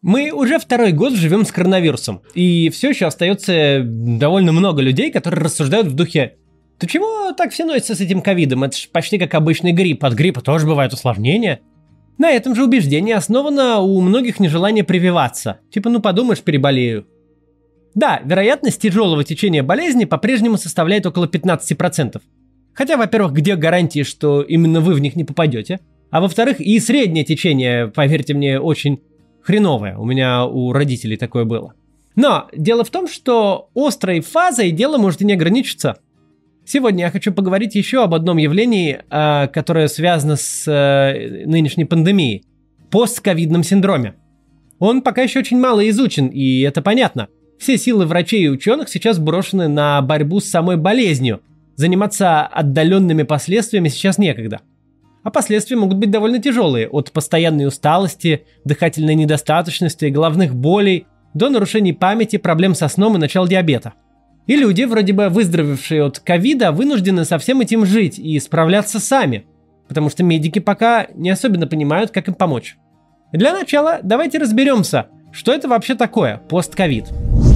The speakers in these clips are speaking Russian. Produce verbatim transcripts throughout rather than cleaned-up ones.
Мы уже второй год живем с коронавирусом, и все еще остается довольно много людей, которые рассуждают в духе: «Ты чего так все носятся с этим ковидом? Это ж почти как обычный грипп, от гриппа тоже бывают осложнения». На этом же убеждении основано у многих нежелание прививаться. Типа, ну подумаешь, переболею. Да, вероятность тяжелого течения болезни по-прежнему составляет около пятнадцать процентов. Хотя, во-первых, где гарантии, что именно вы в них не попадете? А во-вторых, и среднее течение, поверьте мне, очень хреновое. У меня у родителей такое было. Но дело в том, что острой фазой дело может и не ограничиться. Сегодня я хочу поговорить еще об одном явлении, которое связано с нынешней пандемией – постковидном синдроме. Он пока еще очень мало изучен, и это понятно. Все силы врачей и ученых сейчас брошены на борьбу с самой болезнью. Заниматься отдаленными последствиями сейчас некогда. А последствия могут быть довольно тяжелые, от постоянной усталости, дыхательной недостаточности, головных болей, до нарушений памяти, проблем со сном и начала диабета. И люди, вроде бы выздоровевшие от ковида, вынуждены со всем этим жить и справляться сами, потому что медики пока не особенно понимают, как им помочь. Для начала давайте разберемся, что это вообще такое постковид.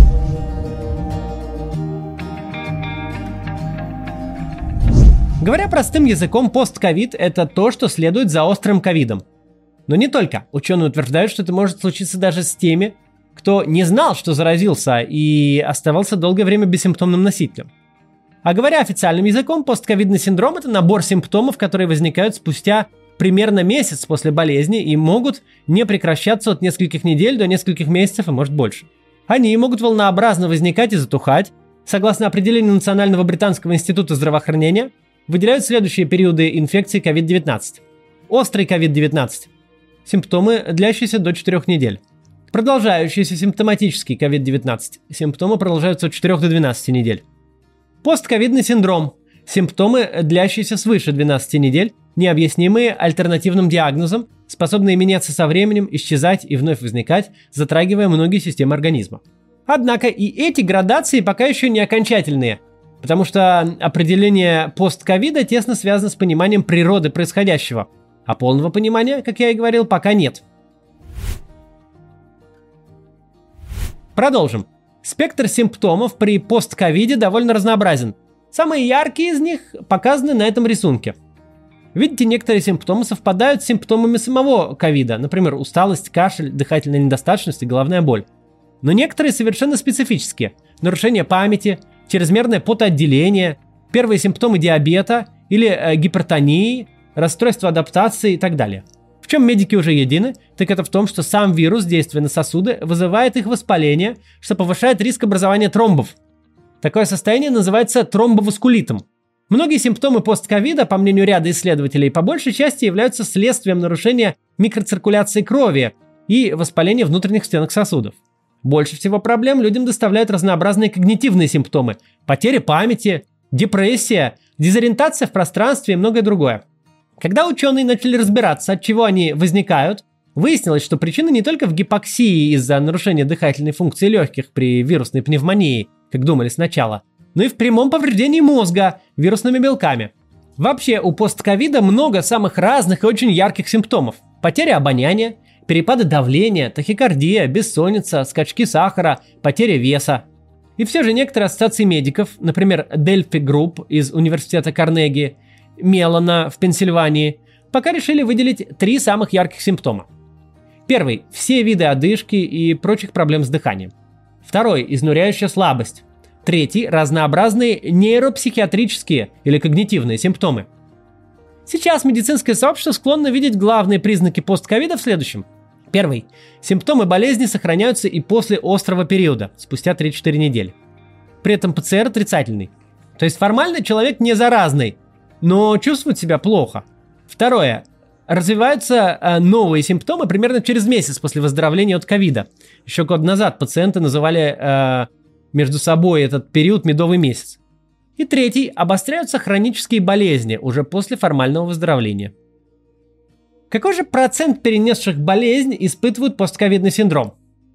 Говоря простым языком, постковид – это то, что следует за острым ковидом. Но не только. Ученые утверждают, что это может случиться даже с теми, кто не знал, что заразился, и оставался долгое время бессимптомным носителем. А говоря официальным языком, постковидный синдром – это набор симптомов, которые возникают спустя примерно месяц после болезни и могут не прекращаться от нескольких недель до нескольких месяцев и может больше. Они могут волнообразно возникать и затухать. Согласно определению Национального британского института здравоохранения, выделяют следующие периоды инфекции ковид девятнадцать. Острый ковид девятнадцать. Симптомы, длящиеся до четырёх недель. Продолжающийся симптоматический ковид девятнадцать. Симптомы продолжаются от четырёх до двенадцати недель. Постковидный синдром. Симптомы, длящиеся свыше двенадцати недель, необъяснимые альтернативным диагнозом, способные меняться со временем, исчезать и вновь возникать, затрагивая многие системы организма. Однако и эти градации пока еще не окончательные, потому что определение постковида тесно связано с пониманием природы происходящего, а полного понимания, как я и говорил, пока нет. Продолжим. Спектр симптомов при постковиде довольно разнообразен. Самые яркие из них показаны на этом рисунке. Видите, некоторые симптомы совпадают с симптомами самого ковида, например, усталость, кашель, дыхательная недостаточность и головная боль. Но некоторые совершенно специфические. Нарушение памяти, чрезмерное потоотделение, первые симптомы диабета или э, гипертонии, расстройство адаптации и так далее. В чем медики уже едины, так это в том, что сам вирус, действуя на сосуды, вызывает их воспаление, что повышает риск образования тромбов. Такое состояние называется тромбоваскулитом. Многие симптомы постковида, по мнению ряда исследователей, по большей части являются следствием нарушения микроциркуляции крови и воспаления внутренних стенок сосудов. Больше всего проблем людям доставляют разнообразные когнитивные симптомы – потеря памяти, депрессия, дезориентация в пространстве и многое другое. Когда ученые начали разбираться, от чего они возникают, выяснилось, что причина не только в гипоксии из-за нарушения дыхательной функции легких при вирусной пневмонии, как думали сначала, но и в прямом повреждении мозга вирусными белками. Вообще, у постковида много самых разных и очень ярких симптомов. Потеря обоняния, перепады давления, тахикардия, бессонница, скачки сахара, потеря веса. И все же некоторые ассоциации медиков, например, Delphi Group из университета Карнеги, Мелана в Пенсильвании, пока решили выделить три самых ярких симптома. Первый – все виды одышки и прочих проблем с дыханием. Второй – изнуряющая слабость. Третий – разнообразные нейропсихиатрические или когнитивные симптомы. Сейчас медицинское сообщество склонно видеть главные признаки постковида в следующем. Первый. Симптомы болезни сохраняются и после острого периода, спустя три-четыре недели. При этом ПЦР отрицательный. То есть формально человек не заразный, но чувствует себя плохо. Второе. Развиваются э, новые симптомы примерно через месяц после выздоровления от ковида. Еще год назад пациенты называли э, между собой этот период медовый месяц. И третий. Обостряются хронические болезни уже после формального выздоровления. Какой же процент перенесших болезнь испытывают постковидный синдром?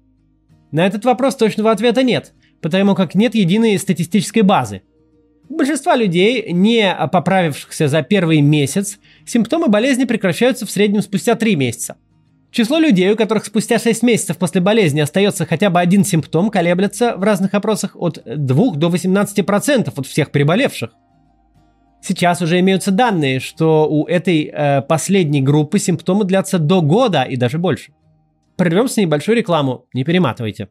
На этот вопрос точного ответа нет, потому как нет единой статистической базы. У большинства людей, не поправившихся за первый месяц, симптомы болезни прекращаются в среднем спустя три месяца. Число людей, у которых спустя шесть месяцев после болезни остается хотя бы один симптом, колеблется в разных опросах от двух до восемнадцати процентов от всех переболевших. Сейчас уже имеются данные, что у этой э, последней группы симптомы длятся до года и даже больше. Прервемся на небольшую рекламу, не перематывайте.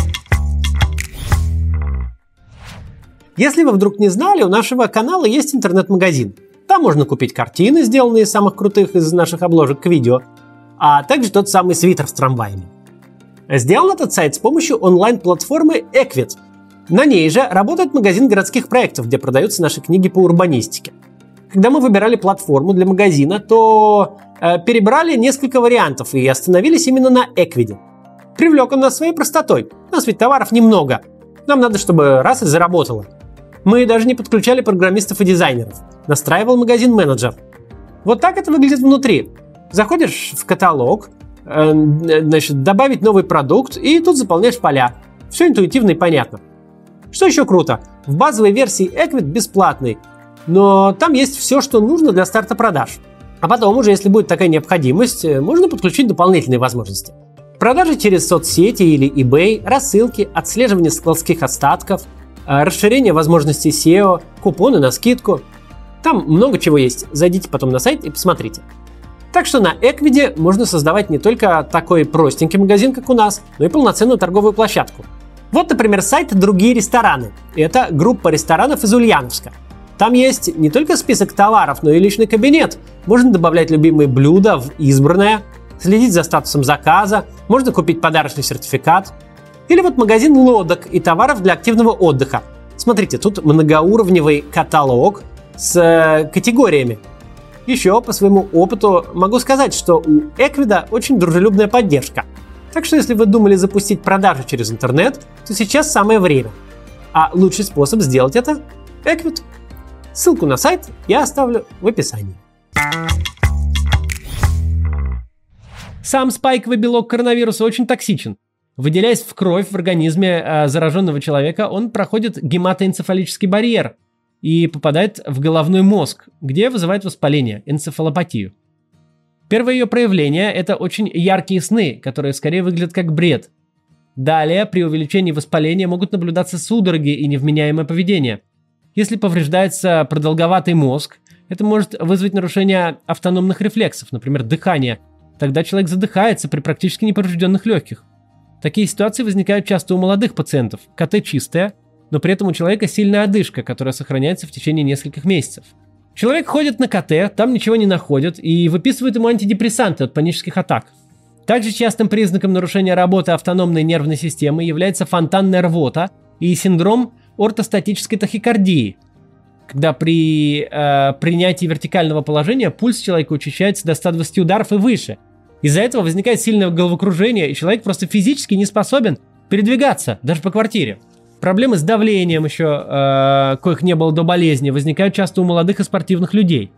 Если вы вдруг не знали, у нашего канала есть интернет-магазин. Там можно купить картины, сделанные из самых крутых из наших обложек к видео, а также тот самый свитер с трамваями. Сделан этот сайт с помощью онлайн-платформы Ecwid. На ней же работает магазин городских проектов, где продаются наши книги по урбанистике. Когда мы выбирали платформу для магазина, то э, перебрали несколько вариантов и остановились именно на Ecwid. Привлек он нас своей простотой. У нас ведь товаров немного. Нам надо, чтобы раз и заработало. Мы даже не подключали программистов и дизайнеров. Настраивал магазин менеджер. Вот так это выглядит внутри. Заходишь в каталог, э, значит, добавить новый продукт, и тут заполняешь поля. Все интуитивно и понятно. Что еще круто? В базовой версии Ecwid бесплатный, но там есть все, что нужно для старта продаж. А потом уже, если будет такая необходимость, можно подключить дополнительные возможности. Продажи через соцсети или eBay, рассылки, отслеживание складских остатков, расширение возможностей сео, купоны на скидку. Там много чего есть. Зайдите потом на сайт и посмотрите. Так что на Ecwid можно создавать не только такой простенький магазин, как у нас, но и полноценную торговую площадку. Вот, например, сайт «Другие рестораны». Это группа ресторанов из Ульяновска. Там есть не только список товаров, но и личный кабинет. Можно добавлять любимые блюда в избранное, следить за статусом заказа, можно купить подарочный сертификат. Или вот магазин лодок и товаров для активного отдыха. Смотрите, тут многоуровневый каталог с категориями. Еще по своему опыту могу сказать, что у Ecwid очень дружелюбная поддержка. Так что если вы думали запустить продажу через интернет, то сейчас самое время. А лучший способ сделать это – Ecwid. Ссылку на сайт я оставлю в описании. Сам спайковый белок коронавируса очень токсичен. Выделяясь в кровь в организме э, зараженного человека, он проходит гематоэнцефалический барьер и попадает в головной мозг, где вызывает воспаление, энцефалопатию. Первое ее проявление – это очень яркие сны, которые скорее выглядят как бред. Далее, при увеличении воспаления могут наблюдаться судороги и невменяемое поведение. Если повреждается продолговатый мозг, это может вызвать нарушение автономных рефлексов, например, дыхания. Тогда человек задыхается при практически неповрежденных легких. Такие ситуации возникают часто у молодых пациентов. КТ чистая, но при этом у человека сильная одышка, которая сохраняется в течение нескольких месяцев. Человек ходит на КТ, там ничего не находят и выписывают ему антидепрессанты от панических атак. Также частым признаком нарушения работы автономной нервной системы является фонтанная рвота и синдром ортостатической тахикардии, когда при э, принятии вертикального положения пульс человека учащается до ста двадцати ударов и выше. Из-за этого возникает сильное головокружение, и человек просто физически не способен передвигаться, даже по квартире. Проблемы с давлением еще, э, коих не было до болезни, возникают часто у молодых и спортивных людей.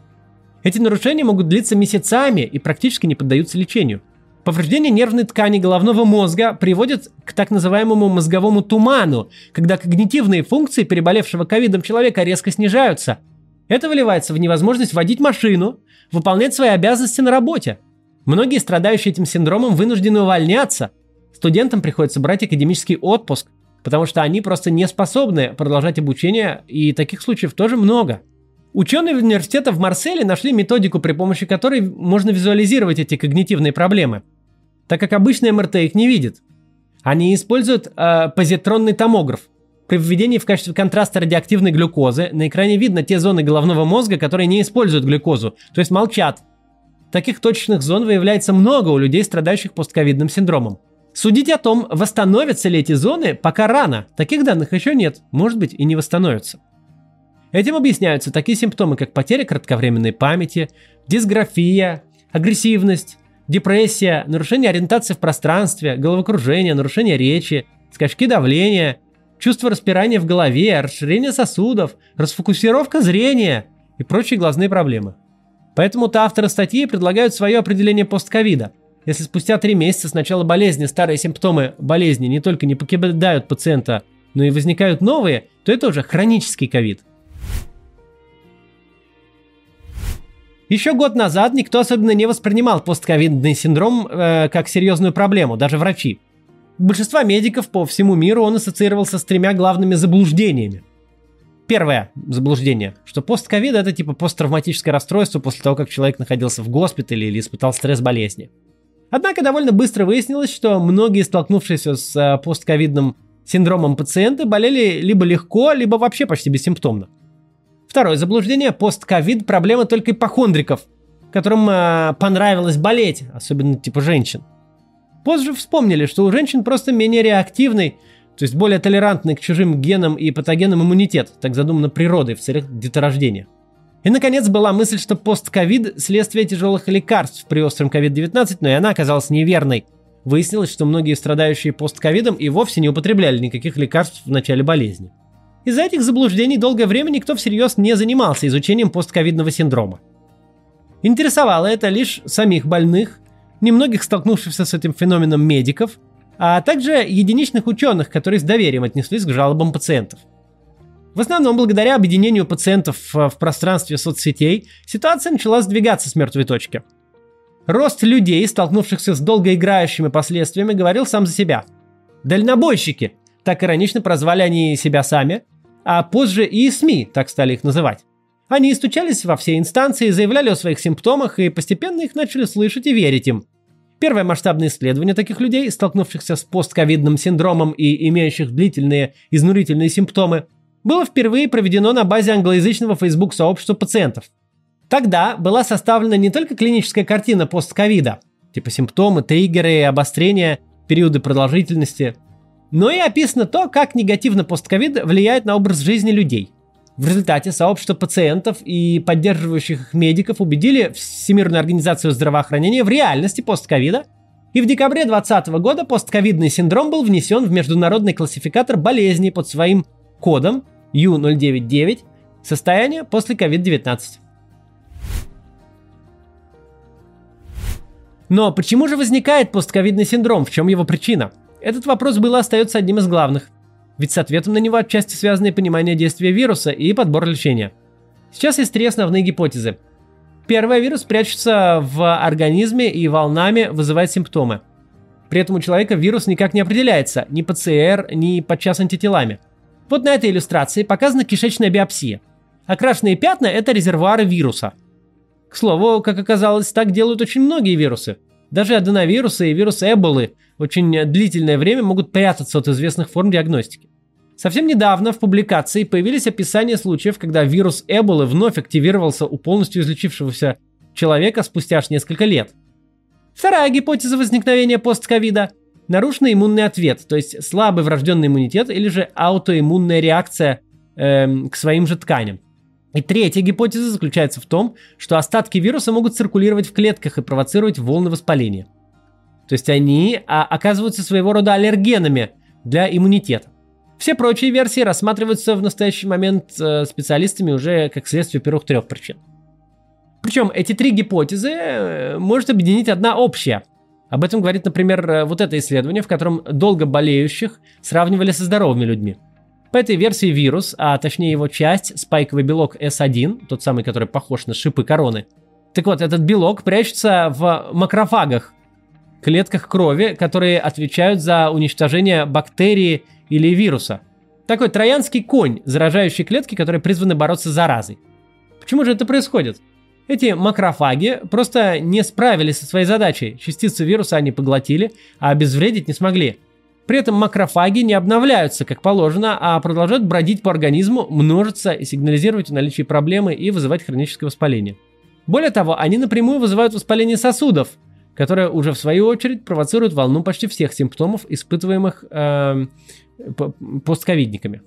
Эти нарушения могут длиться месяцами и практически не поддаются лечению. Повреждение нервной ткани головного мозга приводит к так называемому мозговому туману, когда когнитивные функции переболевшего ковидом человека резко снижаются. Это выливается в невозможность водить машину, выполнять свои обязанности на работе. Многие, страдающие этим синдромом, вынуждены увольняться. Студентам приходится брать академический отпуск, потому что они просто не способны продолжать обучение, и таких случаев тоже много. Ученые университета в Марселе нашли методику, при помощи которой можно визуализировать эти когнитивные проблемы, так как обычный эм эр тэ их не видит. Они используют э, позитронный томограф. При введении в качестве контраста радиоактивной глюкозы на экране видно те зоны головного мозга, которые не используют глюкозу, то есть молчат. Таких точечных зон выявляется много у людей, страдающих постковидным синдромом. Судить о том, восстановятся ли эти зоны, пока рано. Таких данных еще нет, может быть и не восстановятся. Этим объясняются такие симптомы, как потеря кратковременной памяти, дисграфия, агрессивность, депрессия, нарушение ориентации в пространстве, головокружение, нарушение речи, скачки давления, чувство распирания в голове, расширение сосудов, расфокусировка зрения и прочие глазные проблемы. Поэтому-то авторы статьи предлагают свое определение постковида. Если спустя три месяца с начала болезни старые симптомы болезни не только не покидают пациента, но и возникают новые, то это уже хронический ковид. Еще год назад никто особенно не воспринимал постковидный синдром э, как серьезную проблему, даже врачи. У большинства медиков по всему миру он ассоциировался с тремя главными заблуждениями. Первое заблуждение, что постковид – это типа посттравматическое расстройство после того, как человек находился в госпитале или испытал стресс болезни. Однако довольно быстро выяснилось, что многие столкнувшиеся с постковидным синдромом пациенты болели либо легко, либо вообще почти бессимптомно. Второе заблуждение – постковид – проблема только ипохондриков, которым э, понравилось болеть, особенно типа женщин. Позже вспомнили, что у женщин просто менее реактивный, то есть более толерантный к чужим генам и патогенам иммунитет, так задумано природой в целях деторождения. И, наконец, была мысль, что постковид – следствие тяжелых лекарств при остром ковид девятнадцать, но и она оказалась неверной. Выяснилось, что многие страдающие постковидом и вовсе не употребляли никаких лекарств в начале болезни. Из-за этих заблуждений долгое время никто всерьез не занимался изучением постковидного синдрома. Интересовало это лишь самих больных, немногих столкнувшихся с этим феноменом медиков, а также единичных ученых, которые с доверием отнеслись к жалобам пациентов. В основном благодаря объединению пациентов в пространстве соцсетей ситуация начала сдвигаться с мертвой точки. Рост людей, столкнувшихся с долгоиграющими последствиями, говорил сам за себя. Дальнобойщики, так иронично прозвали они себя сами, а позже и СМИ так стали их называть. Они стучались во все инстанции, заявляли о своих симптомах, и постепенно их начали слышать и верить им. Первое масштабное исследование таких людей, столкнувшихся с постковидным синдромом и имеющих длительные изнурительные симптомы, было впервые проведено на базе англоязычного Facebook-сообщества пациентов. Тогда была составлена не только клиническая картина постковида, типа симптомы, триггеры, обострения, периоды продолжительности, но и описано то, как негативно постковид влияет на образ жизни людей. В результате сообщество пациентов и поддерживающих их медиков убедили Всемирную организацию здравоохранения в реальности постковида, и в декабре две тысячи двадцатого года постковидный синдром был внесен в международный классификатор болезней под своим кодом ю ноль девять девять «Состояние после ковид девятнадцать». Но почему же возникает постковидный синдром? В чем его причина? Этот вопрос был и остается одним из главных. Ведь с ответом на него отчасти связаны понимание действия вируса и подбор лечения. Сейчас есть три основные гипотезы. Первая, вирус прячется в организме и волнами вызывает симптомы. При этом у человека вирус никак не определяется ни ПЦР, ни подчас антителами. Вот на этой иллюстрации показана кишечная биопсия. Окрашенные пятна – это резервуары вируса. К слову, как оказалось, так делают очень многие вирусы. Даже аденовирусы и вирусы Эболы очень длительное время могут прятаться от известных форм диагностики. Совсем недавно в публикации появились описания случаев, когда вирус Эболы вновь активировался у полностью излечившегося человека спустя аж несколько лет. Вторая гипотеза возникновения постковида – нарушенный иммунный ответ, то есть слабый врожденный иммунитет или же аутоиммунная реакция эм, к своим же тканям. И третья гипотеза заключается в том, что остатки вируса могут циркулировать в клетках и провоцировать волны воспаления. То есть они а, оказываются своего рода аллергенами для иммунитета. Все прочие версии рассматриваются в настоящий момент э, специалистами уже как следствие первых трех причин. Причем эти три гипотезы э, может объединить одна общая. Об этом говорит, например, э, вот это исследование, в котором долго болеющих сравнивали со здоровыми людьми. По этой версии вирус, а точнее его часть, спайковый белок эс один, тот самый, который похож на шипы короны. Так вот, этот белок прячется в макрофагах, клетках крови, которые отвечают за уничтожение бактерии или вируса. Такой троянский конь, заражающий клетки, которые призваны бороться с заразой. Почему же это происходит? Эти макрофаги просто не справились со своей задачей. Частицы вируса они поглотили, а обезвредить не смогли. При этом макрофаги не обновляются, как положено, а продолжают бродить по организму, множиться и сигнализировать о наличии проблемы и вызывать хроническое воспаление. Более того, они напрямую вызывают воспаление сосудов, которое уже в свою очередь провоцирует волну почти всех симптомов, испытываемых э, постковидниками.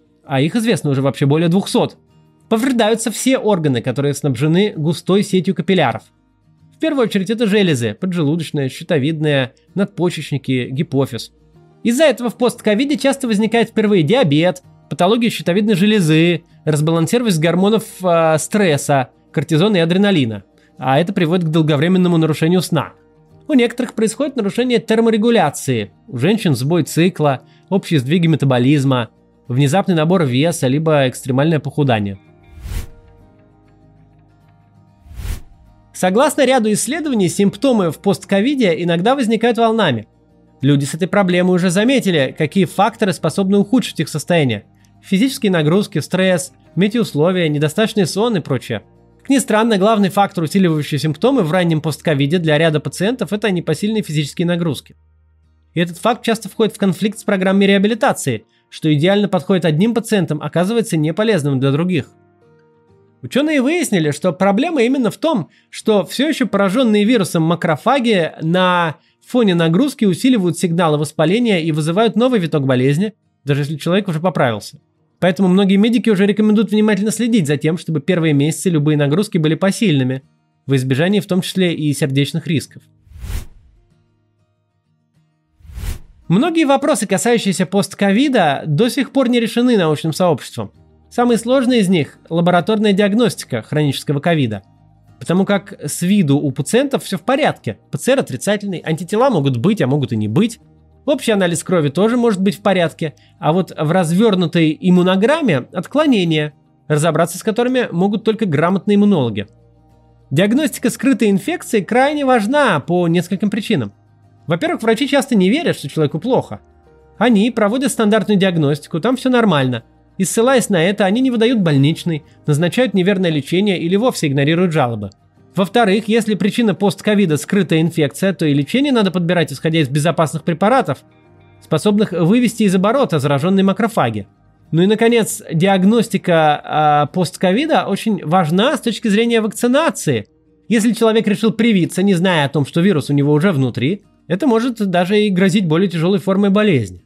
А их известно уже вообще более двухсот. Повреждаются все органы, которые снабжены густой сетью капилляров. В первую очередь это железы, поджелудочная, щитовидная, надпочечники, гипофиз. Из-за этого в постковиде часто возникает впервые диабет, патология щитовидной железы, разбалансированность гормонов э, стресса, кортизона и адреналина. А это приводит к долговременному нарушению сна. У некоторых происходит нарушение терморегуляции, у женщин сбой цикла, общие сдвиги метаболизма, внезапный набор веса, либо экстремальное похудание. Согласно ряду исследований, симптомы в постковиде иногда возникают волнами. Люди с этой проблемой уже заметили, какие факторы способны ухудшить их состояние. Физические нагрузки, стресс, метеоусловия, недостаточный сон и прочее. Как ни странно, главный фактор, усиливающий симптомы в раннем постковиде для ряда пациентов – это непосильные физические нагрузки. И этот факт часто входит в конфликт с программой реабилитации, что идеально подходит одним пациентам, оказывается неполезным для других. Ученые выяснили, что проблема именно в том, что все еще пораженные вирусом макрофаги на фоне нагрузки усиливают сигналы воспаления и вызывают новый виток болезни, даже если человек уже поправился. Поэтому многие медики уже рекомендуют внимательно следить за тем, чтобы первые месяцы любые нагрузки были посильными, в избежании в том числе и сердечных рисков. Многие вопросы, касающиеся постковида, до сих пор не решены научным сообществом. Самый сложный из них – лабораторная диагностика хронического ковида. Потому как с виду у пациентов все в порядке. ПЦР отрицательный, антитела могут быть, а могут и не быть. Общий анализ крови тоже может быть в порядке. А вот в развернутой иммунограмме отклонения, разобраться с которыми могут только грамотные иммунологи. Диагностика скрытой инфекции крайне важна по нескольким причинам. Во-первых, врачи часто не верят, что человеку плохо. Они проводят стандартную диагностику, там все нормально. И ссылаясь на это, они не выдают больничный, назначают неверное лечение или вовсе игнорируют жалобы. Во-вторых, если причина постковида скрытая инфекция, то и лечение надо подбирать, исходя из безопасных препаратов, способных вывести из оборота зараженные макрофаги. Ну и, наконец, диагностика э, постковида очень важна с точки зрения вакцинации. Если человек решил привиться, не зная о том, что вирус у него уже внутри, это может даже и грозить более тяжелой формой болезни.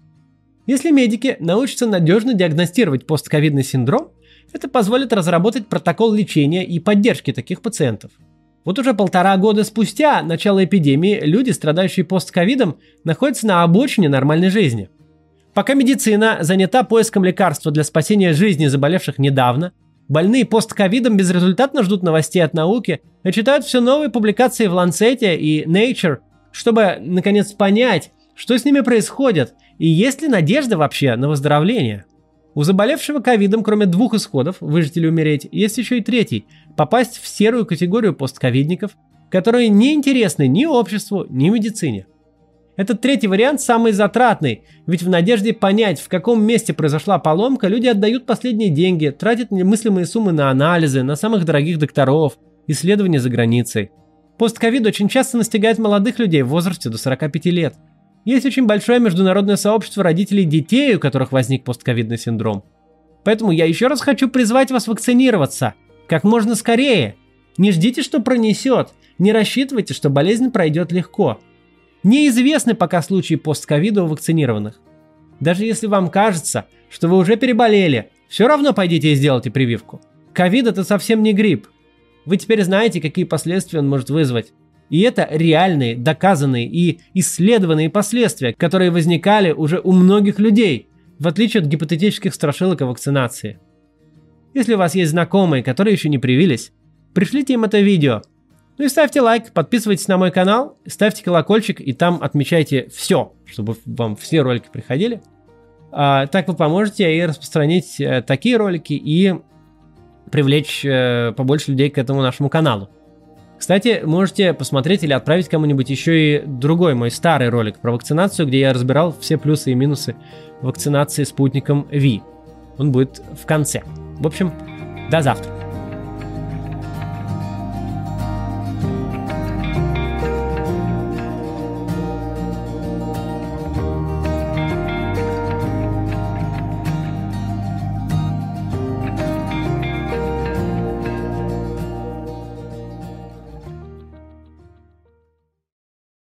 Если медики научатся надежно диагностировать постковидный синдром, это позволит разработать протокол лечения и поддержки таких пациентов. Вот уже полтора года спустя начала эпидемии люди, страдающие постковидом, находятся на обочине нормальной жизни. Пока медицина занята поиском лекарства для спасения жизни заболевших недавно, больные постковидом безрезультатно ждут новостей от науки и читают все новые публикации в Lancet и Nature, чтобы наконец понять, что с ними происходит и есть ли надежда вообще на выздоровление. У заболевшего ковидом, кроме двух исходов, выжить или умереть, есть еще и третий – попасть в серую категорию постковидников, которые не интересны ни обществу, ни медицине. Этот третий вариант самый затратный, ведь в надежде понять, в каком месте произошла поломка, люди отдают последние деньги, тратят немыслимые суммы на анализы, на самых дорогих докторов, исследования за границей. Постковид очень часто настигает молодых людей в возрасте до сорока пяти лет. Есть очень большое международное сообщество родителей детей, у которых возник постковидный синдром. Поэтому я еще раз хочу призвать вас вакцинироваться как можно скорее. Не ждите, что пронесет, не рассчитывайте, что болезнь пройдет легко. Неизвестны пока случаи постковида у вакцинированных. Даже если вам кажется, что вы уже переболели, все равно пойдите и сделайте прививку. Ковид – это совсем не грипп. Вы теперь знаете, какие последствия он может вызвать. И это реальные, доказанные и исследованные последствия, которые возникали уже у многих людей, в отличие от гипотетических страшилок о вакцинации. Если у вас есть знакомые, которые еще не привились, пришлите им это видео. Ну и ставьте лайк, подписывайтесь на мой канал, ставьте колокольчик и там отмечайте все, чтобы вам все ролики приходили. А, так вы поможете и распространить а, такие ролики и привлечь а, побольше людей к этому нашему каналу. Кстати, можете посмотреть или отправить кому-нибудь еще и другой мой старый ролик про вакцинацию, где я разбирал все плюсы и минусы вакцинации спутником Ви. Он будет в конце. В общем, до завтра.